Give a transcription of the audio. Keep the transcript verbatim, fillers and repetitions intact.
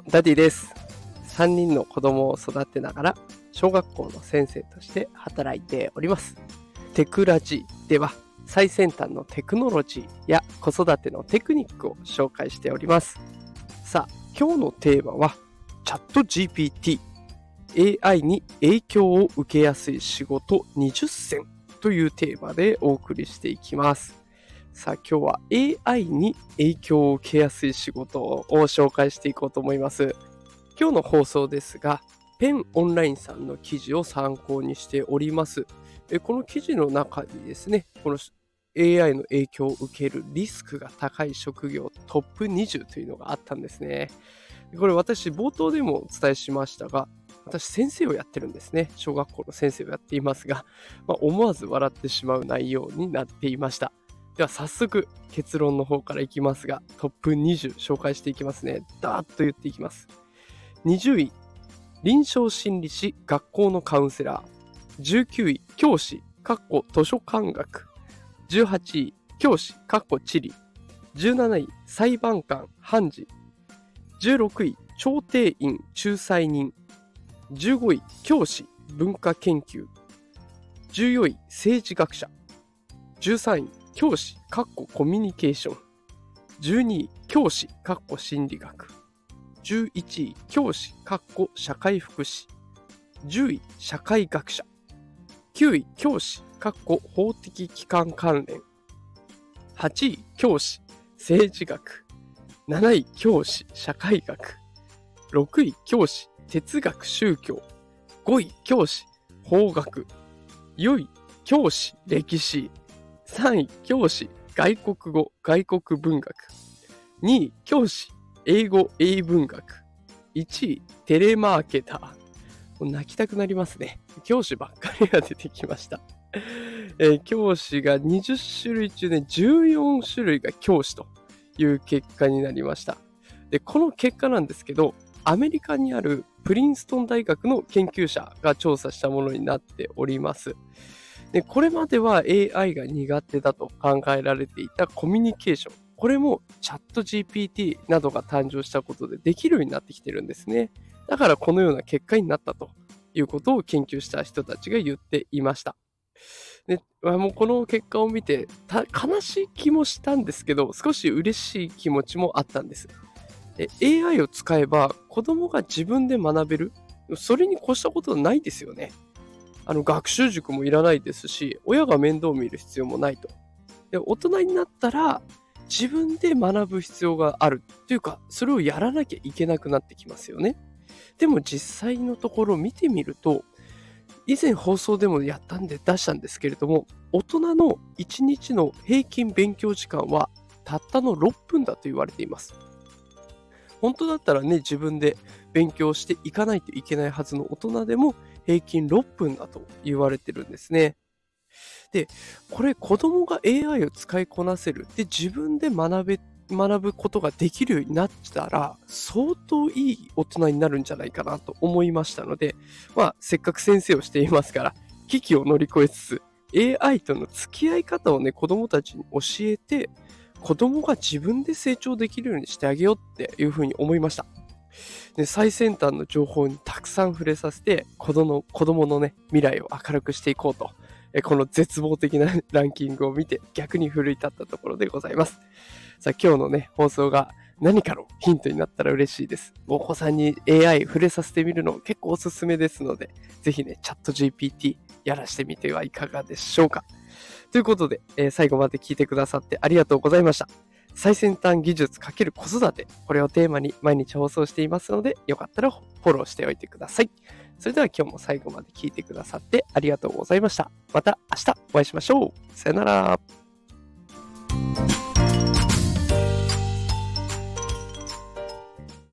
ダディです。さんにんの子供を育てながら小学校の先生として働いております。テクラジでは最先端のテクノロジーや子育てのテクニックを紹介しております。さあ、今日のテーマはチャット ジーピーティー、エーアイ に影響を受けやすい仕事にじゅっせんというテーマでお送りしていきます。さあ、今日は エーアイ に影響を受けやすい仕事を紹介していこうと思います。今日の放送ですが、ペンオンラインさんの記事を参考にしております。この記事の中にですね、この エーアイ の影響を受けるリスクが高い職業トップにじゅうというのがあったんですね。これ私冒頭でもお伝えしましたが、私先生をやってるんですね。小学校の先生をやっていますが、まあ、思わず笑ってしまう内容になっていました。では早速結論の方からいきますが、トップにじゅう紹介していきますね。ダーッと言っていきます。にじゅうい、臨床心理士、学校のカウンセラー。じゅうきゅうい、教師、図書館学。じゅうはちい、教師、地理。じゅうなない、裁判官、判事。じゅうろくい、調停員、仲裁人。じゅうごい、教師、文化研究。じゅうよんい、政治学者。じゅうさんい、教師、コミュニケーション。じゅうにい、教師、心理学。じゅういちい、教師、社会福祉。じゅうい、社会学者。きゅうい、教師、法的機関関連。はちい、教師、政治学。なない、教師、社会学。ろくい、教師、哲学宗教。ごい、教師、法学。よんい、教師、歴史。さんい、教師、外国語、外国文学。にい、教師、英語、英文学。いちい、テレマーケター。泣きたくなりますね。教師ばっかりが出てきました。えー、教師がにじゅっしゅるい中でじゅうよんしゅるいが教師という結果になりました。で、この結果なんですけど、アメリカにあるプリンストン大学の研究者が調査したものになっております。で、これまでは エーアイ が苦手だと考えられていたコミュニケーション。これもチャット ジーピーティー などが誕生したことでできるようになってきてるんですね。だからこのような結果になったということを研究した人たちが言っていました。で、もうこの結果を見て悲しい気もしたんですけど、少し嬉しい気持ちもあったんです。で、エーアイ を使えば子供が自分で学べる。それに越したことはないですよね。あの学習塾もいらないですし、親が面倒を見る必要もないと。で、大人になったら自分で学ぶ必要があるというか、それをやらなきゃいけなくなってきますよね。でも実際のところ見てみると、以前放送でもやったんで出したんですけれども、大人のいちにちの平均勉強時間はたったのろっぷんだと言われています。本当だったらね、自分で勉強していかないといけないはずの大人でも平均ろっぷんだと言われてるんですね。で、これ子供が エーアイ を使いこなせる。で、自分で学べ、学ぶことができるようになったら、相当いい大人になるんじゃないかなと思いましたので、まあ、せっかく先生をしていますから、危機を乗り越えつつ、エーアイ との付き合い方をね、子供たちに教えて、子供が自分で成長できるようにしてあげようっていうふうに思いました。で、最先端の情報にたくさん触れさせて、子供の、子供のね、未来を明るくしていこうと。この絶望的なランキングを見て逆に奮い立ったところでございます。さあ、今日のね、放送が何かのヒントになったら嬉しいです。お子さんに エーアイ 触れさせてみるの結構おすすめですので、ぜひね、チャット ジーピーティー やらしてみてはいかがでしょうか。ということで、えー、最後まで聞いてくださってありがとうございました。最先端技術×子育て、これをテーマに毎日放送していますので、よかったらフォローしておいてください。それでは今日も最後まで聞いてくださってありがとうございました。また明日お会いしましょう。さよなら。